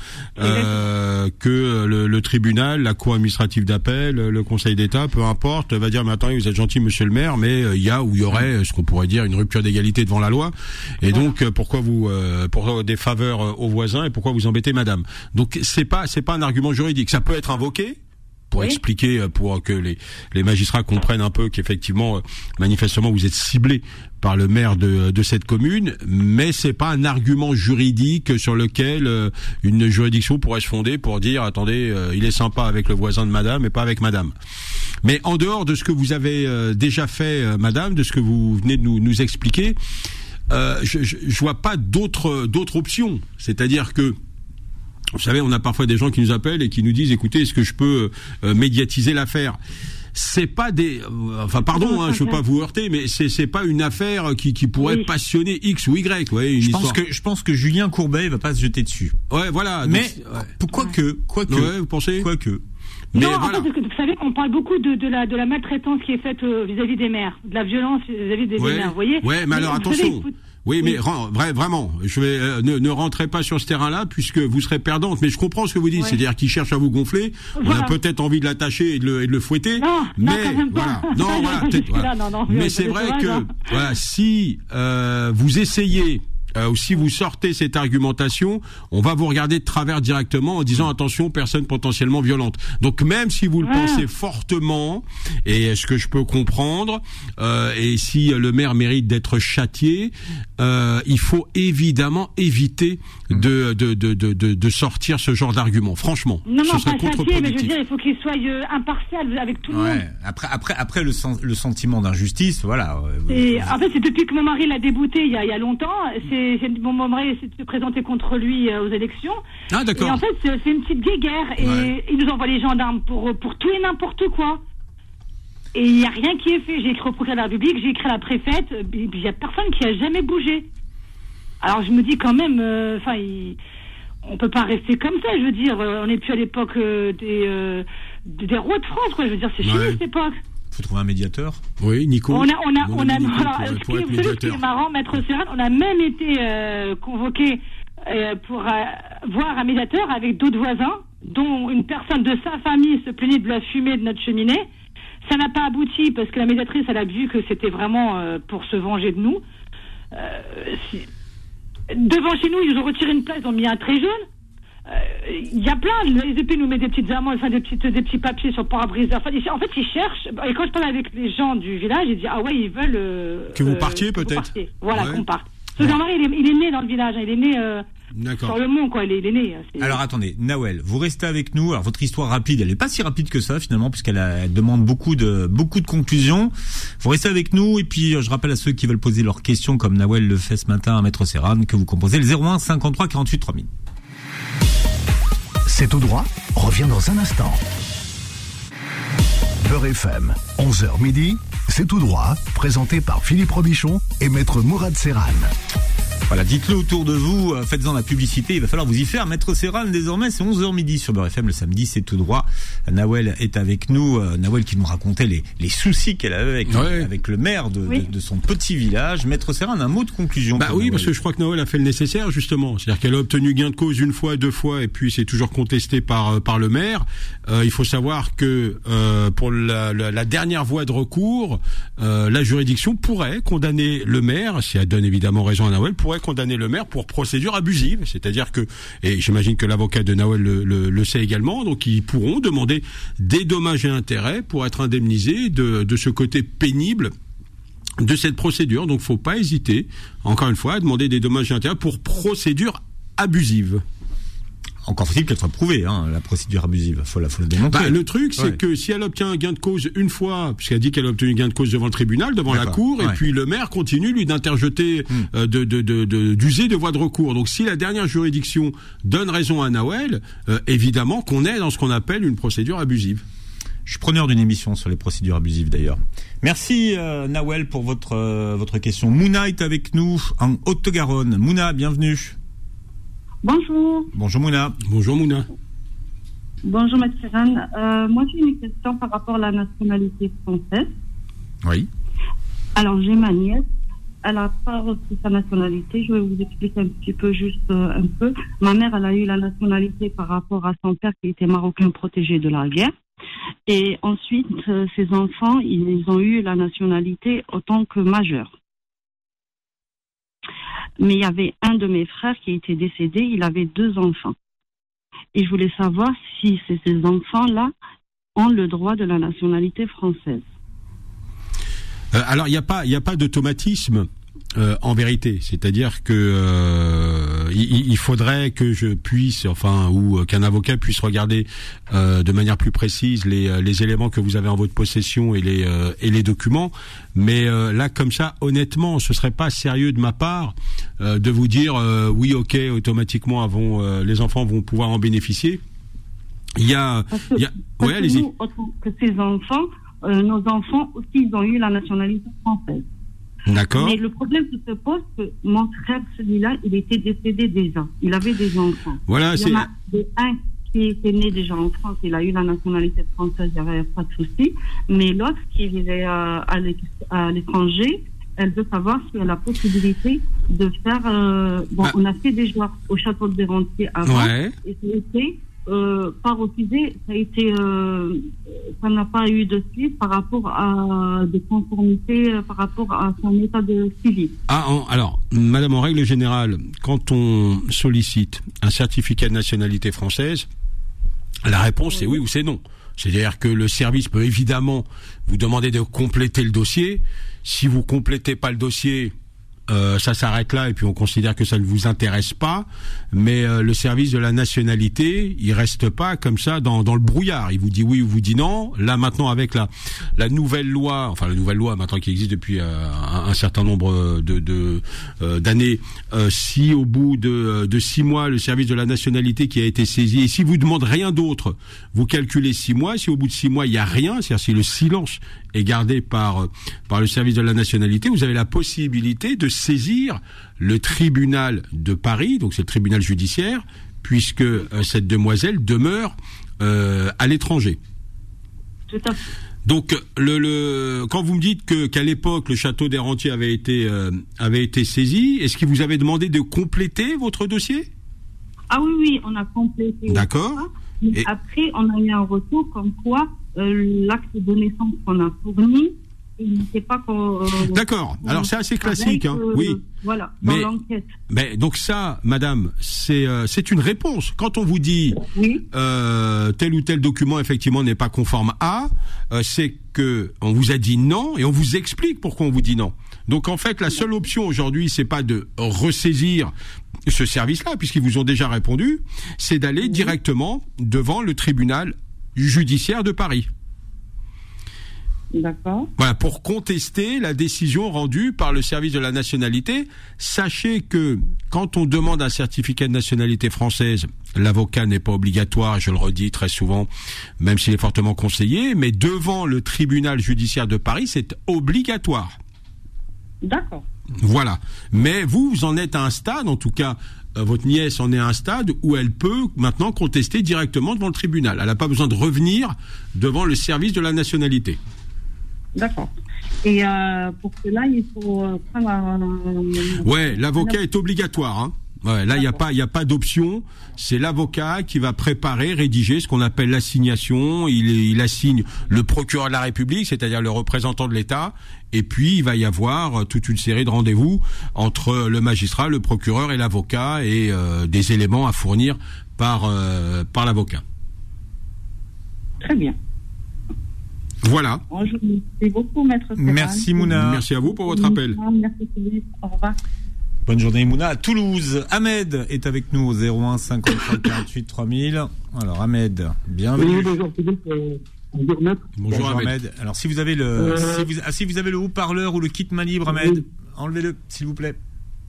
euh, que le, le tribunal, la cour administrative d'appel, le Conseil d'État, peu importe, va dire mais attendez, vous êtes gentil, monsieur le maire, mais il y a ou il y aurait ce qu'on pourrait dire une rupture d'égalité devant la loi. Et voilà. Donc pourquoi vous euh, pour des faveurs aux voisins et pourquoi vous embêtez madame. Donc c'est pas c'est pas un argument juridique. Ça peut être invoqué pour oui. expliquer, pour que les, les magistrats comprennent un peu qu'effectivement, manifestement, vous êtes ciblé par le maire de, de cette commune, mais c'est pas un argument juridique sur lequel euh, une juridiction pourrait se fonder pour dire, attendez, euh, il est sympa avec le voisin de madame et pas avec madame. Mais en dehors de ce que vous avez euh, déjà fait, euh, madame, de ce que vous venez de nous, nous expliquer, euh, je, je, je vois pas d'autres, d'autres options. C'est-à-dire que vous savez, on a parfois des gens qui nous appellent et qui nous disent, écoutez, est-ce que je peux euh, médiatiser l'affaire ? C'est pas des, euh, enfin pardon, hein, je veux pas vous heurter, mais c'est c'est pas une affaire qui qui pourrait oui. passionner X ou Y. Ouais, une je histoire. pense que je pense que Julien Courbet va pas se jeter dessus. Ouais, voilà. Mais donc, quoi que, quoi que, ouais, vous pensez quoi que. Mais non, voilà. En fait, vous savez qu'on parle beaucoup de, de la de la maltraitance qui est faite euh, vis-à-vis des maires, de la violence vis-à-vis des, ouais. des maires. Vous voyez. Ouais, mais, mais alors attention. Savez, faut... Oui, mais oui. Vrai, vraiment, je vais euh, ne, ne rentrez pas sur ce terrain-là puisque vous serez perdante. Mais je comprends ce que vous dites, ouais. c'est-à-dire qu'il cherche à vous gonfler. Voilà. On a peut-être envie de l'attacher et de le, et de le fouetter. Non, mais non, quand même voilà, pas. non, voilà, peut-être. Voilà. Là, non, non, mais c'est vrai que hein. voilà, si euh, vous essayez. Euh, ou si vous sortez cette argumentation, on va vous regarder de travers directement en disant attention, personne potentiellement violente. Donc même si vous le ah. pensez fortement, et ce que je peux comprendre, euh, et si le maire mérite d'être châtié, euh, il faut évidemment éviter de de de de de, de sortir ce genre d'argument. Franchement, non, ce non, serait pas châtié, mais je veux dire, contre-productif. il faut qu'il soit euh, impartial avec tout le ouais. monde. Après, après, après le, sen- le sentiment d'injustice, voilà. Et en fait, c'est depuis que mon mari l'a débouté il y a, il y a longtemps. C'est C'est, mon mari s'est présenté contre lui euh, aux élections. Ah, d'accord. Et en fait, c'est, c'est une petite guéguerre. Et ouais. ils nous envoient les gendarmes pour, pour tout et n'importe quoi. Et il n'y a rien qui est fait. J'ai écrit au procureur de la République, j'ai écrit à la préfète. Il n'y a personne qui a jamais bougé. Alors je me dis quand même, enfin, euh, on peut pas rester comme ça. Je veux dire, on n'est plus à l'époque euh, des, euh, des rois de France, quoi. Je veux dire, c'est ouais. fini cette époque. Faut trouver un médiateur. Oui, Nico. On a, on a, on a. Nico alors, pour, ce, pour qui, ce qui est marrant, Maître Serran, on a même été euh, convoqué euh, pour euh, voir un médiateur avec d'autres voisins, dont une personne de sa famille se plaignait de la fumée de notre cheminée. Ça n'a pas abouti parce que la médiatrice, elle a vu que c'était vraiment euh, pour se venger de nous. Euh, si... Devant chez nous, ils nous ont retiré une place, ils ont mis un très jaune. Il euh, y a plein, les épées nous mettent des petites amendes, enfin des, petites, des petits papiers sur pare-brise. Enfin, en fait, ils cherchent. Et quand je parle avec les gens du village, ils disent ah ouais, ils veulent euh, que vous partiez euh, peut-être. Vous partiez. Voilà, ouais. qu'on parte. Ce Jean-Marie, il est, il est né dans le village, hein, il est né euh, sur le mont, quoi. Il est, il est né. C'est... Alors attendez, Nawel, vous restez avec nous. Alors votre histoire rapide, elle n'est pas si rapide que ça finalement, puisqu'elle a, elle demande beaucoup de beaucoup de conclusions. Vous restez avec nous et puis je rappelle à ceux qui veulent poser leurs questions, comme Nawel le fait ce matin à Maître Serran, que vous composez le zéro un cinquante-trois quarante-huit trois mille. C'est tout droit, revient dans un instant. Beurre F M, onze heures midi, c'est tout droit, présenté par Philippe Robichon et Maître Mourad Serran. Voilà, dites-le autour de vous, euh, faites-en la publicité, il va falloir vous y faire. Maître Serran, désormais, c'est onze heures midi sur Beurre F M, le samedi, c'est tout droit. Nawel est avec nous, euh, Nawel qui nous racontait les, les soucis qu'elle avait avec, ouais. avec le maire de, oui. de, de son petit village. Maître Serran, un mot de conclusion. Bah oui, Nawel. Parce que je crois que Nawel a fait le nécessaire, justement. C'est-à-dire qu'elle a obtenu gain de cause une fois, deux fois, et puis c'est toujours contesté par, par le maire. Euh, il faut savoir que euh, pour la, la, la dernière voie de recours, euh, la juridiction pourrait condamner le maire, si elle donne évidemment raison à Nawel, pourrait condamner le maire pour procédure abusive, c'est-à-dire que, et j'imagine que l'avocat de Nawel le, le, le sait également, donc ils pourront demander des dommages et intérêts pour être indemnisés de, de ce côté pénible de cette procédure. Donc, faut pas hésiter, encore une fois, à demander des dommages et intérêts pour procédure abusive. Encore faut-il qu'elle soit prouvée, hein, la procédure abusive. Faut la, faut la démontrer. Bah, le truc, c'est ouais. que si elle obtient un gain de cause une fois, puisqu'elle dit qu'elle a obtenu un gain de cause devant le tribunal, devant D'accord. la cour, ouais. et puis le maire continue, lui, d'interjeter, hum. euh, de, de, de, de, d'user de voies de recours. Donc, si la dernière juridiction donne raison à Nawel, euh, évidemment qu'on est dans ce qu'on appelle une procédure abusive. Je suis preneur d'une émission sur les procédures abusives, d'ailleurs. Merci, euh, Nawel, pour votre, euh, votre question. Mouna est avec nous, en Haute-Garonne. Mouna, bienvenue. Bonjour. Bonjour Mouna. Bonjour Mouna. Bonjour Maître Serran. Euh, moi j'ai une question par rapport à la nationalité française. Oui. Alors j'ai ma nièce, elle n'a pas reçu sa nationalité. Je vais vous expliquer un petit peu, juste euh, un peu. Ma mère, elle a eu la nationalité par rapport à son père qui était marocain protégé de la guerre. Et ensuite, euh, ses enfants, ils ont eu la nationalité en tant que majeurs. Mais il y avait un de mes frères qui était décédé, il avait deux enfants. Et je voulais savoir si ces, ces enfants-là ont le droit de la nationalité française. Euh, alors, il n'y a pas, il n'y a pas d'automatisme. Euh, en vérité, c'est-à-dire que euh, il, il faudrait que je puisse, enfin, ou euh, qu'un avocat puisse regarder euh, de manière plus précise les, les éléments que vous avez en votre possession et les euh, et les documents. Mais euh, là, comme ça, honnêtement, ce serait pas sérieux de ma part euh, de vous dire euh, oui, ok, automatiquement, avons, euh, les enfants vont pouvoir en bénéficier. Il y a, parce que, il y a, parce ouais, que allez-y. Nous, autant que ces enfants, euh, nos enfants aussi, ils ont eu la nationalité française. D'accord. Mais le problème qui se pose, que mon frère, celui-là, il était décédé déjà. Il avait des enfants. Voilà, il y c'est... en a des, un qui était né déjà en France, il a eu la nationalité française, il n'y avait pas de souci. Mais l'autre qui vivait à, à l'étranger, elle veut savoir si elle a la possibilité de faire... Euh, bon, ah. on a fait déjà au château de Bérantier avant, ouais. et ça a été... Euh, pas refusé, ça a été, euh, ça n'a pas eu de suite par rapport à des conformités, euh, par rapport à son état de civil. Ah, en, alors, Madame, en règle générale, quand on sollicite un certificat de nationalité française, la réponse oui. c'est oui ou c'est non. C'est-à-dire que le service peut évidemment vous demander de compléter le dossier. Si vous complétez pas le dossier, Euh, ça s'arrête là et puis on considère que ça ne vous intéresse pas, mais euh, le service de la nationalité, il reste pas comme ça dans, dans le brouillard. Il vous dit oui ou vous dit non. Là maintenant avec la la nouvelle loi, enfin la nouvelle loi maintenant qui existe depuis euh, un, un certain nombre de, de euh, d'années, euh, si au bout de, de six mois le service de la nationalité qui a été saisi, et si vous demande rien d'autre, vous calculez six mois. Si au bout de six mois il y a rien, c'est-à-dire si le silence est gardé par par le service de la nationalité, vous avez la possibilité de saisir le tribunal de Paris, donc c'est le tribunal judiciaire, puisque euh, cette demoiselle demeure euh, à l'étranger. Tout à fait. Donc le, le quand vous me dites que qu'à l'époque le château des Rentiers avait été euh, avait été saisi, est-ce qu'il vous avait demandé de compléter votre dossier? Ah oui oui, on a complété. D'accord. Ça, mais Et... après on a eu un retour comme quoi euh, l'acte de naissance qu'on a fourni, il n'était pas qu'on, euh, D'accord. Alors c'est assez classique, hein. Euh, oui. Voilà. Dans mais, l'enquête. Mais donc ça, Madame, c'est euh, c'est une réponse. Quand on vous dit oui. euh, tel ou tel document effectivement n'est pas conforme à, euh, c'est que on vous a dit non et on vous explique pourquoi on vous dit non. Donc en fait, la seule option aujourd'hui, c'est pas de ressaisir ce service-là puisqu'ils vous ont déjà répondu, c'est d'aller oui. directement devant le tribunal judiciaire de Paris. D'accord. Voilà, pour contester la décision rendue par le service de la nationalité. Sachez que quand on demande un certificat de nationalité française, l'avocat n'est pas obligatoire, je le redis très souvent, même s'il est fortement conseillé, mais devant le tribunal judiciaire de Paris, c'est obligatoire. D'accord. Voilà. Mais vous, vous en êtes à un stade, en tout cas, euh, votre nièce en est à un stade où elle peut maintenant contester directement devant le tribunal. Elle n'a pas besoin de revenir devant le service de la nationalité. D'accord. Et euh, pour cela, il faut euh, prendre un... Ouais, l'avocat est obligatoire. Hein. Ouais, là, il n'y a pas, il y a pas d'option. C'est l'avocat qui va préparer, rédiger ce qu'on appelle l'assignation. Il, il assigne le procureur de la République, c'est-à-dire le représentant de l'État. Et puis, il va y avoir toute une série de rendez-vous entre le magistrat, le procureur et l'avocat, et euh, des éléments à fournir par euh, par l'avocat. Très bien. Voilà. Bonjour, merci beaucoup, maître Serran. Merci Mouna. Merci à vous pour votre appel. Merci Philippe, au revoir. Bonne journée Mouna. À Toulouse, Ahmed est avec nous au zéro un cinquante-trois quarante-huit trois mille. Alors Ahmed, bienvenue. Oui, bonjour Philippe. Euh, bonjour maître. Bonjour, Bonjour Ahmed. Ahmed. Alors si vous avez le, Euh, si, vous, ah, si vous avez le haut-parleur ou le kit main libre, Ahmed, Oui. enlevez-le, s'il vous plaît.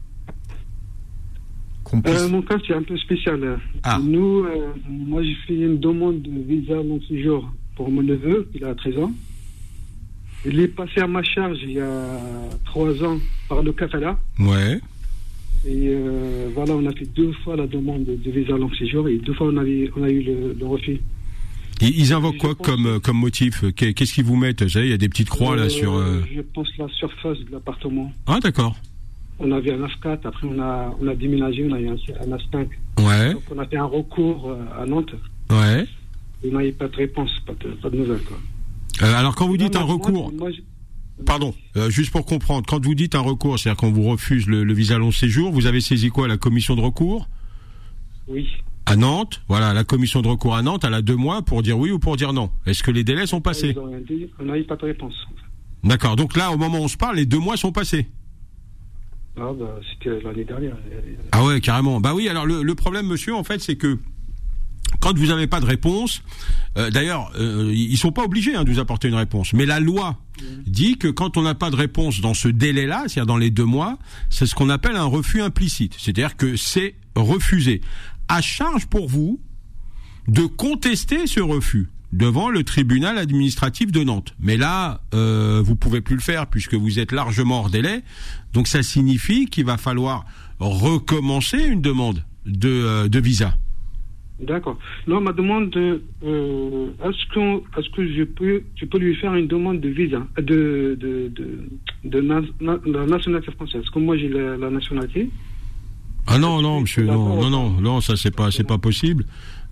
Qu'on puisse... Euh, mon cas, c'est un peu spécial. Ah. Nous, euh, moi, j'ai fait une demande de visa long séjour pour mon neveu, il a treize ans. Il est passé à ma charge il y a trois ans par le Kafala. Ouais. Et euh, voilà, on a fait deux fois la demande de visa long séjour et deux fois on, avait, on a eu le, le refus. Ils, ils invoquent quoi Je pense- comme, comme motif? Qu'est- Qu'est-ce qu'ils vous mettent? Vous savez, il y a des petites croix là Euh, sur... euh, Je pense la surface de l'appartement. Ah d'accord. On avait un A S quatre, après on a, on a déménagé, on a eu un, un A S cinq. Ouais, Donc on a fait un recours euh, à Nantes. ouais. Et on n'avait pas de réponse, pas de, pas de nouvelles. Quoi. Euh, alors quand vous dites Non, un moi, recours... moi, je- Pardon, euh, juste pour comprendre, quand vous dites un recours, c'est-à-dire qu'on vous refuse le, le visa long séjour, vous avez saisi quoi? La commission de recours Oui. à Nantes? Voilà, la commission de recours à Nantes, elle a deux mois pour dire oui ou pour dire non. Est-ce que les délais sont passés? Ils ont rien dit, on n'a eu pas de réponse. D'accord, donc là, au moment où on se parle, les deux mois sont passés. Ah, bah, c'était l'année dernière. Ah ouais, carrément. Bah oui, alors le, le problème, monsieur, en fait, c'est que quand vous n'avez pas de réponse, euh, d'ailleurs, euh, ils sont pas obligés hein, de vous apporter une réponse, mais la loi dit que quand on n'a pas de réponse dans ce délai-là, c'est-à-dire dans les deux mois, c'est ce qu'on appelle un refus implicite, c'est-à-dire que c'est refusé. À charge pour vous de contester ce refus devant le tribunal administratif de Nantes. Mais là, euh, vous pouvez plus le faire puisque vous êtes largement hors délai. Donc ça signifie qu'il va falloir recommencer une demande de, euh, de visa. D'accord. Non, ma demande, de, euh, est-ce, qu'on, est-ce que je peux, je peux lui faire une demande de visa, de, de, de, de na, na, la nationalité française? Parce que moi, j'ai la, la nationalité. Ah non, non, monsieur, non, non, non, non, ça c'est pas, c'est pas possible.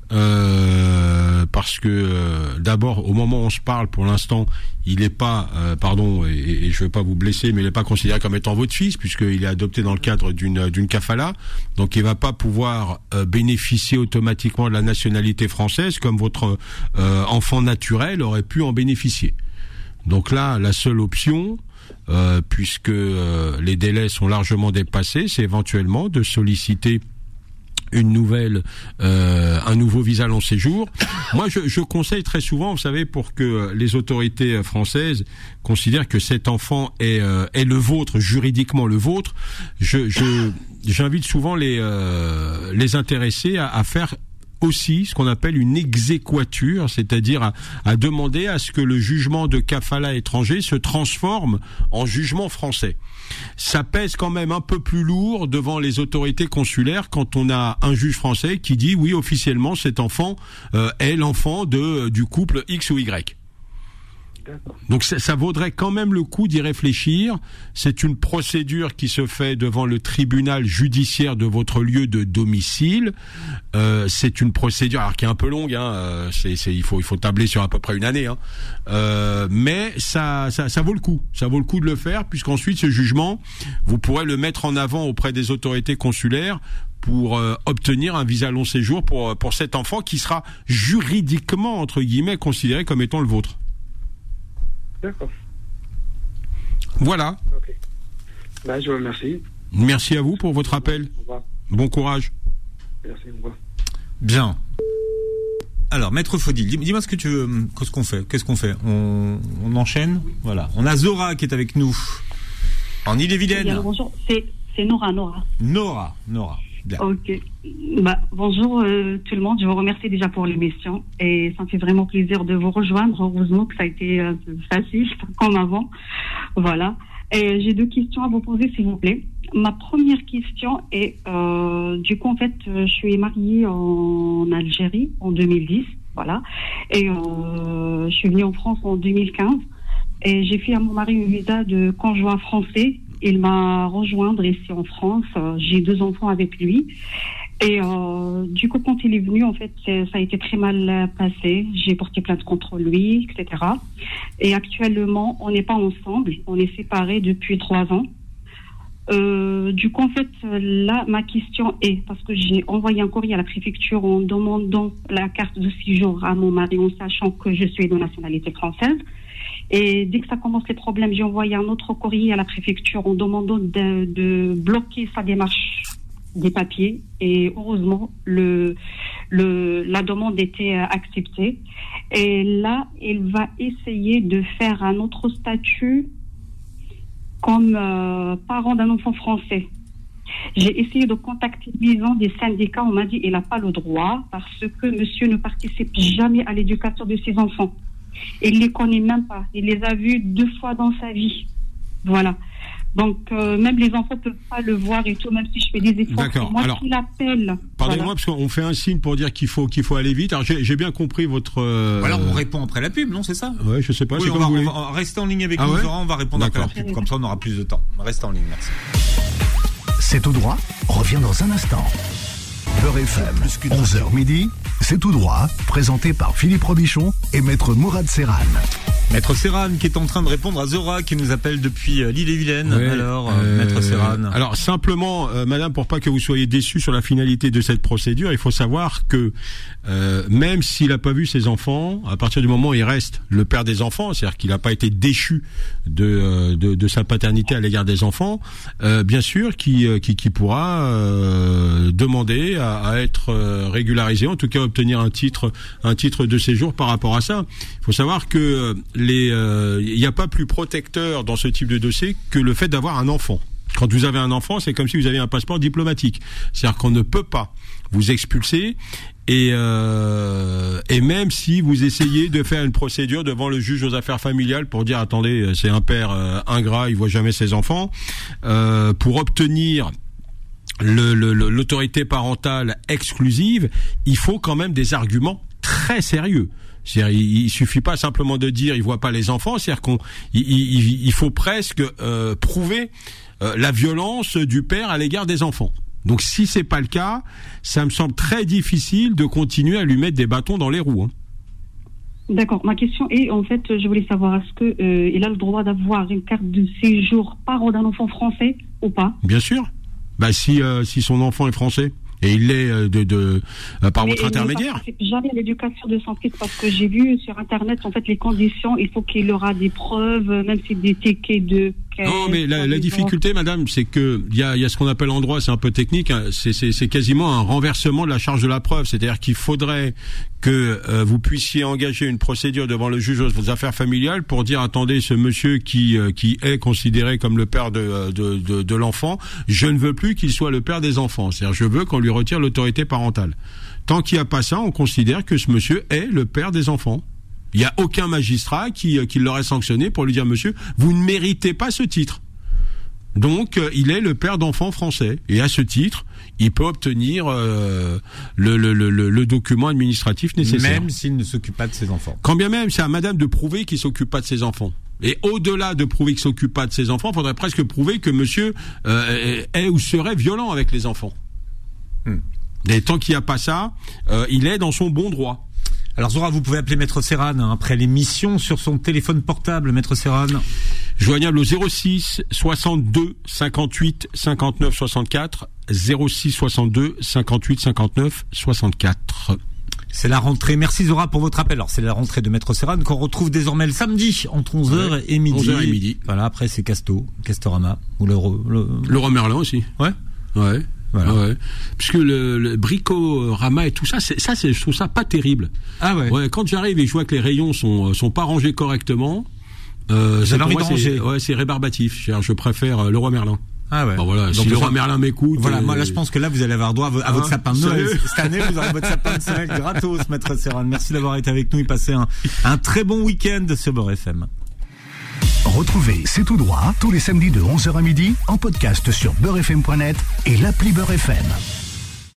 Euh, parce que euh, d'abord, au moment où on se parle, pour l'instant, il n'est pas, euh, pardon, et, et je ne veux pas vous blesser, mais il n'est pas considéré comme étant votre fils, puisqu'il est adopté dans le cadre d'une d'une kafala, donc il ne va pas pouvoir euh, bénéficier automatiquement de la nationalité française comme votre euh, enfant naturel aurait pu en bénéficier. Donc là, la seule option, euh, puisque euh, les délais sont largement dépassés, c'est éventuellement de solliciter une nouvelle, euh, un nouveau visa long séjour. Moi, je, je conseille très souvent, vous savez, pour que les autorités françaises considèrent que cet enfant est, euh, est le vôtre, juridiquement le vôtre, je, je, j'invite souvent les, euh, les intéressés à, à faire aussi ce qu'on appelle une exéquature, c'est-à-dire à, à demander à ce que le jugement de kafala étranger se transforme en jugement français. Ça pèse quand même un peu plus lourd devant les autorités consulaires quand on a un juge français qui dit oui, officiellement cet enfant euh, est l'enfant de du couple X ou Y. Donc ça, ça vaudrait quand même le coup d'y réfléchir. C'est une procédure qui se fait devant le tribunal judiciaire de votre lieu de domicile. Euh, c'est une procédure alors qui est un peu longue. Hein, euh, c'est, c'est, il faut il faut tabler sur à peu près une année. Hein. Euh, mais ça, ça ça vaut le coup. Ça vaut le coup de le faire puisqu'ensuite ce jugement, vous pourrez le mettre en avant auprès des autorités consulaires pour euh, obtenir un visa long séjour pour pour cet enfant qui sera juridiquement entre guillemets considéré comme étant le vôtre. D'accord. Voilà. Ok. Bah, je vous remercie. Merci à vous pour votre appel. Au revoir. Bon courage. Merci, au revoir. Bien. Alors, Maître Faudil, dis- dis-moi ce que tu veux, qu'est-ce qu'on fait Qu'est-ce qu'on fait on, on enchaîne Voilà. On a Zora qui est avec nous en Ille-et-Vilaine. Oui, alors, bonjour, c'est, c'est Nora, Nora. Nora, Nora. Bien. Ok. Bah, bonjour euh, tout le monde, je vous remercie déjà pour l'émission et ça me fait vraiment plaisir de vous rejoindre. Heureusement que ça a été euh, facile comme avant. Voilà. Et j'ai deux questions à vous poser s'il vous plaît. Ma première question est, euh, du coup en fait, euh, je suis mariée en Algérie en deux mille dix, voilà. Et euh, je suis venue en France en deux mille quinze et j'ai fait à mon mari une visa de conjoint français. Il m'a rejoindre ici en France. J'ai deux enfants avec lui. Et euh, du coup, quand il est venu, en fait, ça a été très mal passé. J'ai porté plainte contre lui, et cetera. Et actuellement, on n'est pas ensemble. On est séparés depuis trois ans. Euh, du coup, en fait, là, ma question est, parce que j'ai envoyé un courrier à la préfecture en demandant la carte de séjour à mon mari, en sachant que je suis de nationalité française. Et dès que ça commence les problèmes, j'ai envoyé un autre courrier à la préfecture en demandant de, de bloquer sa démarche des papiers. Et heureusement, le, le, la demande était acceptée. Et là, il va essayer de faire un autre statut comme euh, parent d'un enfant français. J'ai essayé de contacter disons des syndicats. On m'a dit qu'il n'a pas le droit parce que monsieur ne participe jamais à l'éducation de ses enfants. Il ne les connaît même pas. Il les a vus deux fois dans sa vie. Voilà. Donc, euh, même les enfants ne peuvent pas le voir et tout, même si je fais des efforts. D'accord. Moi Alors, qui l'appelle. Pardonnez-moi, voilà. parce qu'on fait un signe pour dire qu'il faut, qu'il faut aller vite. Alors, j'ai, j'ai bien compris votre... Euh... Voilà, on répond après la pub, non, c'est ça? Ouais, je sais pas. Oui, c'est on comme va, vous on voulez. va rester en ligne avec Ah nous, ouais Zora, on va répondre après la D'accord. pub. Comme ça, on aura plus de temps. Restez en ligne, merci. C'est tout droit, revient dans un instant. Beurre F M, onze heures midi, c'est tout droit, présenté par Philippe Robichon et Maître Mourad Serran. Maître Serran qui est en train de répondre à Zora qui nous appelle depuis l'île-et-Vilaine. Ouais, alors, euh, Maître Serran. Alors simplement, euh, Madame, pour pas que vous soyez déçus sur la finalité de cette procédure, il faut savoir que euh, même s'il n'a pas vu ses enfants, à partir du moment où il reste le père des enfants, c'est-à-dire qu'il n'a pas été déchu de, euh, de, de sa paternité à l'égard des enfants, euh, bien sûr, qui, euh, qui, qui pourra euh, demander à, à être euh, régularisé, en tout cas obtenir un titre, un titre de séjour par rapport à ça. Il faut savoir que les, il euh, n'y a pas plus protecteur dans ce type de dossier que le fait d'avoir un enfant. Quand vous avez un enfant, c'est comme si vous aviez un passeport diplomatique. C'est-à-dire qu'on ne peut pas vous expulser et, euh, et même si vous essayez de faire une procédure devant le juge aux affaires familiales pour dire attendez, c'est un père euh, ingrat, il voit jamais ses enfants, euh, pour obtenir le, le, le, l'autorité parentale exclusive, il faut quand même des arguments très sérieux. C'est-à-dire, il, il suffit pas simplement de dire il voit pas les enfants, c'est-à-dire qu'on, il, il, il faut presque euh, prouver euh, la violence du père à l'égard des enfants. Donc, si c'est pas le cas, ça me semble très difficile de continuer à lui mettre des bâtons dans les roues. Hein. D'accord. Ma question est, en fait, je voulais savoir, est-ce que euh, il a le droit d'avoir une carte de séjour parent d'un enfant français ou pas? Bien sûr. Bah, si euh, si son enfant est français. Et il l'est de, de, de euh, par mais, votre intermédiaire. Mais jamais à l'éducation de son fils parce que j'ai vu sur internet en fait les conditions. Il faut qu'il aura des preuves, même si des tickets de. Non, mais la, la difficulté, madame, c'est que il y a, il y a ce qu'on appelle en droit, c'est un peu technique. Hein, c'est, c'est, c'est quasiment un renversement de la charge de la preuve. C'est-à-dire qu'il faudrait que euh, vous puissiez engager une procédure devant le juge aux affaires familiales pour dire attendez, ce monsieur qui euh, qui est considéré comme le père de, de de de l'enfant, je ne veux plus qu'il soit le père des enfants. C'est-à-dire, je veux qu'on lui retire l'autorité parentale. Tant qu'il n'y a pas ça, on considère que ce monsieur est le père des enfants. Il n'y a aucun magistrat qui, qui l'aurait sanctionné pour lui dire monsieur, vous ne méritez pas ce titre. Donc, euh, il est le père d'enfants français. Et à ce titre, il peut obtenir euh, le, le, le, le document administratif nécessaire. Même s'il ne s'occupe pas de ses enfants. Quand bien même, c'est à madame de prouver qu'il ne s'occupe pas de ses enfants. Et au-delà de prouver qu'il ne s'occupe pas de ses enfants, il faudrait presque prouver que monsieur euh, est ou serait violent avec les enfants. Hmm. Et tant qu'il n'y a pas ça, euh, il est dans son bon droit. Alors Zora, vous pouvez appeler Maître Serran hein, après l'émission sur son téléphone portable, Maître Serran. Joignable au zéro six soixante-deux cinquante-huit cinquante-neuf soixante-quatre, zéro six soixante-deux cinquante-huit cinquante-neuf soixante-quatre. C'est la rentrée. Merci Zora pour votre appel. Alors c'est la rentrée de Maître Serran qu'on retrouve désormais le samedi entre onze heures ouais, et midi. onze heures et midi. Voilà, après c'est Casto, Castorama ou le le, le Roi Merlin aussi. Ouais. Ouais. Voilà. Ouais. Puisque le, le Bricorama et tout ça, c'est, ça, c'est, je trouve ça pas terrible. Ah ouais. Ouais. Quand j'arrive et je vois que les rayons sont sont pas rangés correctement, euh, J'ai envie moi, de ranger. C'est, ouais, c'est rébarbatif. Je, je préfère euh, le Roi Merlin. Ah ouais. Bon, voilà. Donc si le Roi Merlin m'écoute. Voilà. Euh, Moi là, je pense que là, vous allez avoir droit à, vo- à ah, votre sapin de Noël. Cette année, vous aurez votre sapin de Noël gratos, Maître Serran. Merci d'avoir été avec nous et passé un un très bon week-end sur Beurre F M. Retrouvez C'est tout droit tous les samedis de onze heures à midi en podcast sur beurre f m point net et l'appli Beurre F M.